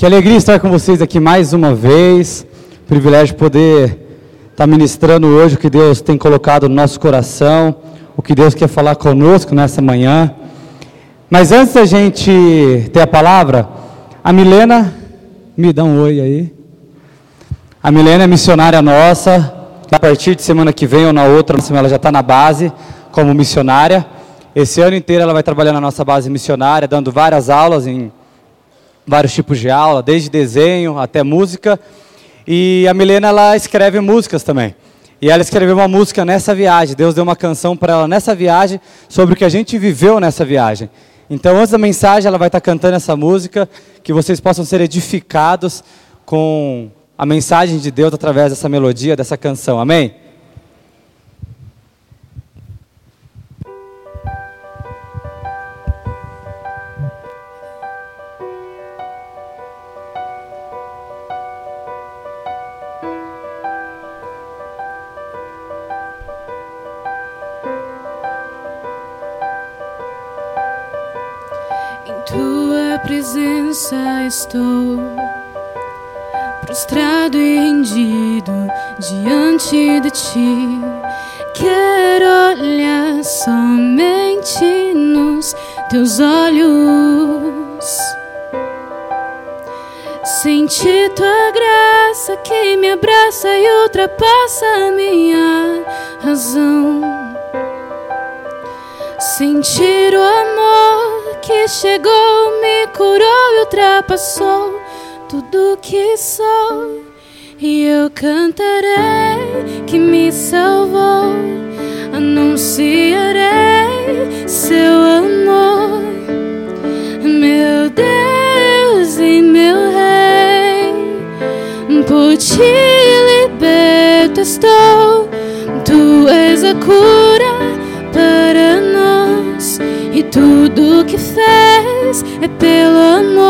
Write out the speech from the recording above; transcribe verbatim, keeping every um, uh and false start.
Que alegria estar com vocês aqui mais uma vez. Privilégio poder estar ministrando hoje o que Deus tem colocado no nosso coração, o que Deus quer falar conosco nessa manhã. Mas antes da gente ter a palavra, a Milena, me dá um oi aí. A Milena é missionária nossa. A partir de semana que vem ou na outra, ela já está na base como missionária. Esse ano inteiro ela vai trabalhar na nossa base missionária, dando várias aulas em vários tipos de aula, desde desenho até música. E a Milena, ela escreve músicas também. E ela escreveu uma música nessa viagem. Deus deu uma canção para ela nessa viagem, sobre o que a gente viveu nessa viagem. Então, antes da mensagem, ela vai estar cantando essa música, que vocês possam ser edificados com a mensagem de Deus através dessa melodia, dessa canção. Amém? Tua presença estou, prostrado e rendido diante de ti. Quero olhar somente nos teus olhos, sentir tua graça que me abraça e ultrapassa a minha razão. Sentir o amor que chegou, me curou e ultrapassou tudo que sou. E eu cantarei que me salvou, anunciarei seu amor. Meu Deus e meu Rei, por ti liberto estou. Tu és a cura para nós, e tudo que fez é pelo amor.